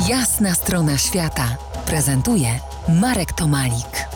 Jasna strona świata prezentuje Marek Tomalik.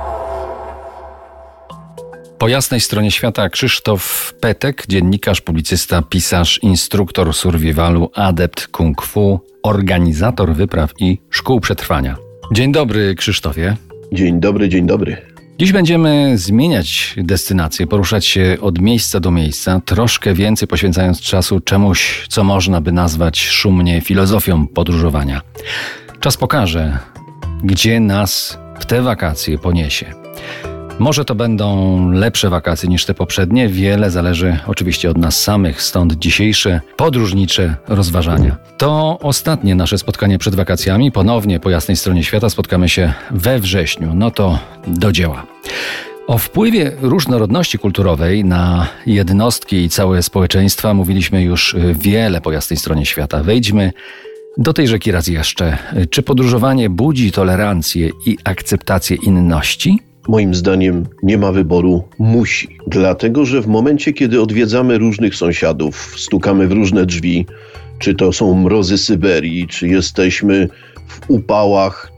Po jasnej stronie świata Krzysztof Petek, dziennikarz, publicysta, pisarz, instruktor survivalu, adept kung fu, organizator wypraw i szkół przetrwania. Dzień dobry, Krzysztofie. Dzień dobry, dzień dobry. Dziś będziemy zmieniać destynację, poruszać się od miejsca do miejsca, troszkę więcej poświęcając czasu czemuś, co można by nazwać szumnie filozofią podróżowania. Czas pokaże, gdzie nas w te wakacje poniesie. Może to będą lepsze wakacje niż te poprzednie. Wiele zależy oczywiście od nas samych, stąd dzisiejsze podróżnicze rozważania. To ostatnie nasze spotkanie przed wakacjami. Ponownie po jasnej stronie świata spotkamy się we wrześniu. No to do dzieła. O wpływie różnorodności kulturowej na jednostki i całe społeczeństwa mówiliśmy już wiele po jasnej stronie świata. Wejdźmy do tej rzeki raz jeszcze. Czy podróżowanie budzi tolerancję i akceptację inności? Moim zdaniem nie ma wyboru, musi. Dlatego, że w momencie, kiedy odwiedzamy różnych sąsiadów, stukamy w różne drzwi, czy to są mrozy Syberii, czy jesteśmy w upałach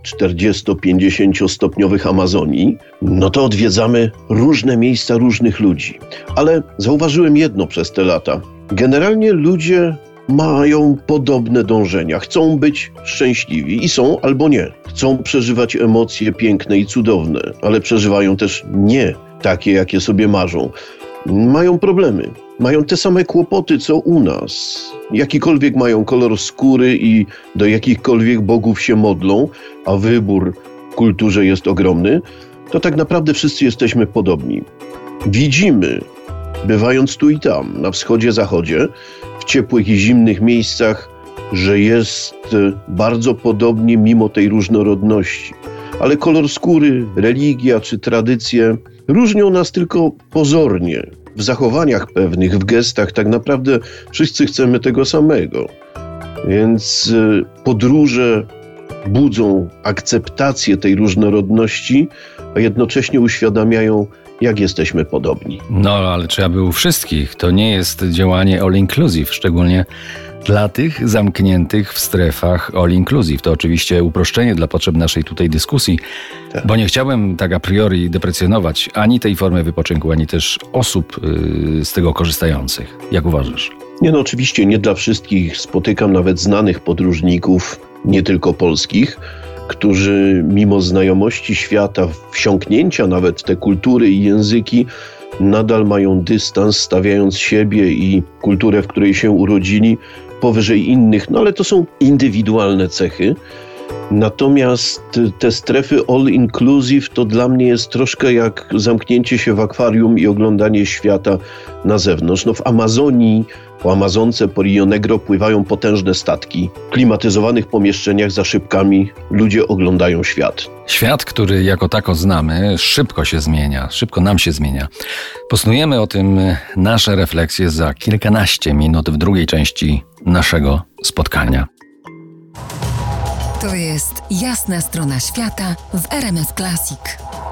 40-50 stopniowych Amazonii, no to odwiedzamy różne miejsca różnych ludzi. Ale zauważyłem jedno przez te lata. Generalnie ludzie mają podobne dążenia. Chcą być szczęśliwi i są albo nie. Chcą przeżywać emocje piękne i cudowne, ale przeżywają też nie takie, jakie sobie marzą. Mają problemy. Mają te same kłopoty, co u nas. Jakikolwiek mają kolor skóry i do jakichkolwiek bogów się modlą, a wybór w kulturze jest ogromny, to tak naprawdę wszyscy jesteśmy podobni. Widzimy, bywając tu i tam, na wschodzie, zachodzie, w ciepłych i zimnych miejscach, że jest bardzo podobnie mimo tej różnorodności. Ale kolor skóry, religia czy tradycje różnią nas tylko pozornie. W zachowaniach pewnych, w gestach tak naprawdę wszyscy chcemy tego samego. Więc podróże budzą akceptację tej różnorodności, a jednocześnie uświadamiają, jak jesteśmy podobni. No, ale trzeba by u wszystkich. To nie jest działanie all inclusive, szczególnie dla tych zamkniętych w strefach all inclusive. To oczywiście uproszczenie dla potrzeb naszej tutaj dyskusji, Tak. Bo nie chciałem tak a priori deprecjonować ani tej formy wypoczynku, ani też osób z tego korzystających. Jak uważasz? Nie, no oczywiście nie dla wszystkich. Spotykam nawet znanych podróżników, nie tylko polskich, którzy mimo znajomości świata, wsiąknięcia nawet w te kultury i języki, nadal mają dystans, stawiając siebie i kulturę, w której się urodzili, powyżej innych. No ale to są indywidualne cechy. Natomiast te strefy all inclusive to dla mnie jest troszkę jak zamknięcie się w akwarium i oglądanie świata na zewnątrz. No w Amazonii, po Amazonce, po Rio Negro pływają potężne statki. W klimatyzowanych pomieszczeniach za szybkami ludzie oglądają świat. Świat, który jako tako znamy, szybko się zmienia, szybko nam się zmienia. Posnujemy o tym nasze refleksje za kilkanaście minut w drugiej części naszego spotkania. To jest Jasna strona świata w RMF Classic.